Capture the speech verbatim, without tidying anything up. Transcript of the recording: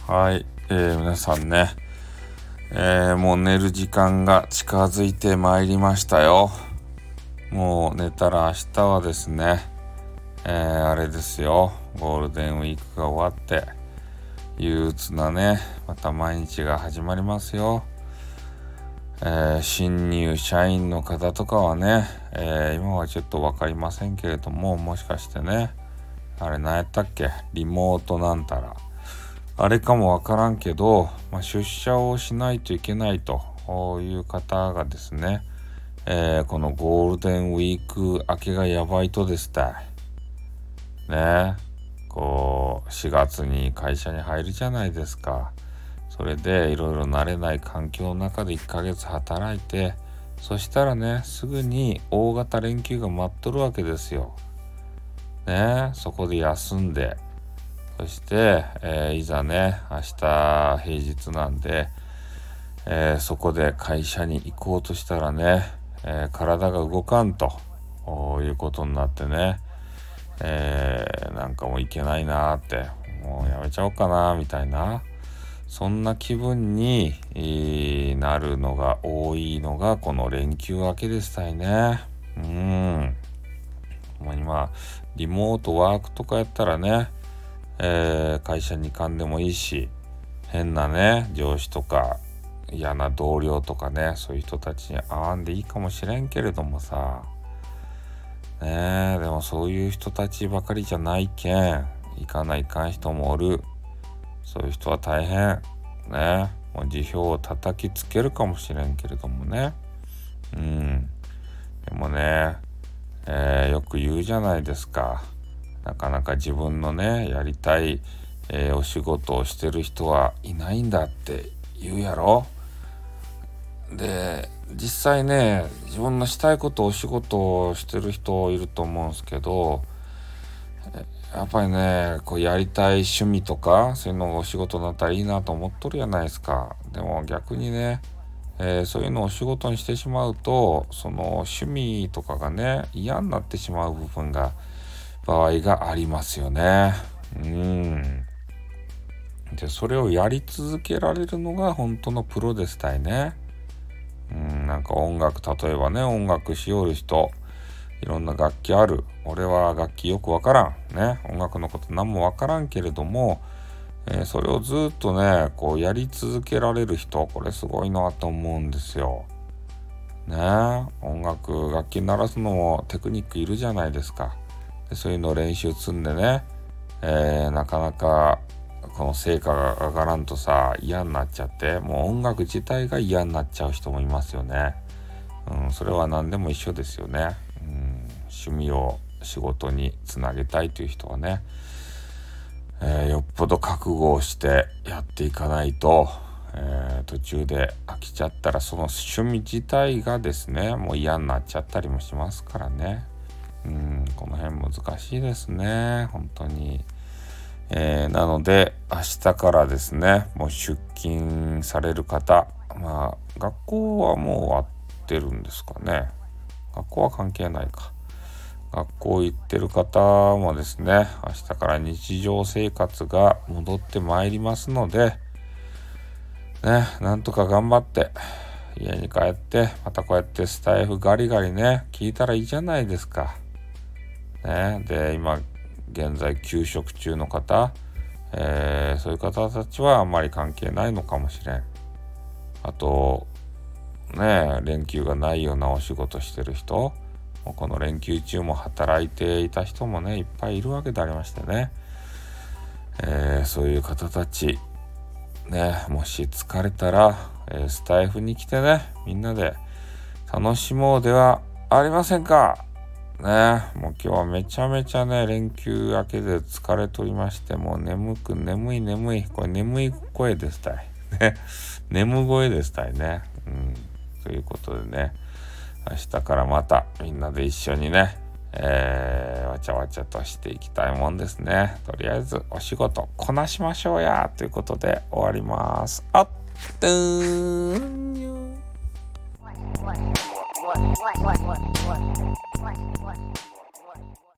はい、えー、皆さんね、えー、もう寝る時間が近づいてまいりましたよ。もう寝たら明日はですね、えー、あれですよ、ゴールデンウィークが終わって憂鬱なね、また毎日が始まりますよ。えー、新入社員の方とかはね、えー、今はちょっと分かりませんけれども、もしかしてね、あれ何やったっけ、リモートなんたらあれかもわからんけど、まあ、出社をしないといけないという方がですね、えー、このゴールデンウィーク明けがやばいとですたいね、こうしがつに会社に入るじゃないですか。それでいろいろ慣れない環境の中でいっかげつ働いて、そしたらね、すぐに大型連休が待っとるわけですよね。そこで休んで、そして、えー、いざね、明日平日なんで、えー、そこで会社に行こうとしたらね、えー、体が動かんということになってね、えー、なんかもういけないなーって、もうやめちゃおうかなーみたいな、そんな気分に、えー、なるのが多いのがこの連休明けでしたいね。うーん。今、リモートワークとかやったらね、えー、会社に行かんでもいいし、変なね上司とか嫌な同僚とかね、そういう人たちに会わんでいいかもしれんけれどもさ、ねえ、でもそういう人たちばかりじゃないけん、行かないかん人もおる。そういう人は大変ね、もう辞表を叩きつけるかもしれんけれどもね。うんでもね、えー、よく言うじゃないですか。なかなか自分のねやりたい、えー、お仕事をしてる人はいないんだって言うやろ。で実際ね、自分のしたいことお仕事をしてる人いると思うんですけど、やっぱりねこうやりたい趣味とかそういうのがお仕事になったらいいなと思っとるじゃないですか。でも逆にね、えー、そういうのをお仕事にしてしまうと、その趣味とかがね嫌になってしまう部分が場合がありますよね。うんでそれをやり続けられるのが本当のプロでしたいね。うんなんか音楽、例えばね、音楽しよる人、いろんな楽器ある。俺は楽器よくわからんね、音楽のこと何もわからんけれども、えーそれをずっとねこうやり続けられる人、これすごいなと思うんですよね。音楽楽器鳴らすのもテクニックいるじゃないですか。でそういうのを練習積んでね、えーなかなかこの成果が上がらんとさ、嫌になっちゃって、もう音楽自体が嫌になっちゃう人もいますよね。うん、それは何でも一緒ですよね。うん、趣味を仕事につなげたいという人はね、えーよっぽど覚悟をしてやっていかないと、えー途中で飽きちゃったらその趣味自体がですね、もう嫌になっちゃったりもしますからね。うん、この辺難しいですね、本当に。えーなので明日からですね、もう出勤される方、まあ学校はもう終わってるんですかね。学校は関係ないか。学校行ってる方もですね、明日から日常生活が戻ってまいりますのでね、なんとか頑張って家に帰って、またこうやってスタイフガリガリね聞いたらいいじゃないですかね。で今現在休職中の方、えーそういう方たちはあんまり関係ないのかもしれん。あとね、連休がないようなお仕事してる人、もうこの連休中も働いていた人もねいっぱいいるわけでありましてね、えーそういう方たちね、もし疲れたら、えースタイフに来てね、みんなで楽しもうではありませんかね。もう今日はめちゃめちゃね連休明けで疲れとりまして、もう眠く眠い眠い、これ眠い声ですたいね、眠声ですたいね。うんということでね、明日からまたみんなで一緒にね、えーわちゃわちゃとしていきたいもんですね。とりあえずお仕事こなしましょうやということで終わります。あっとーん。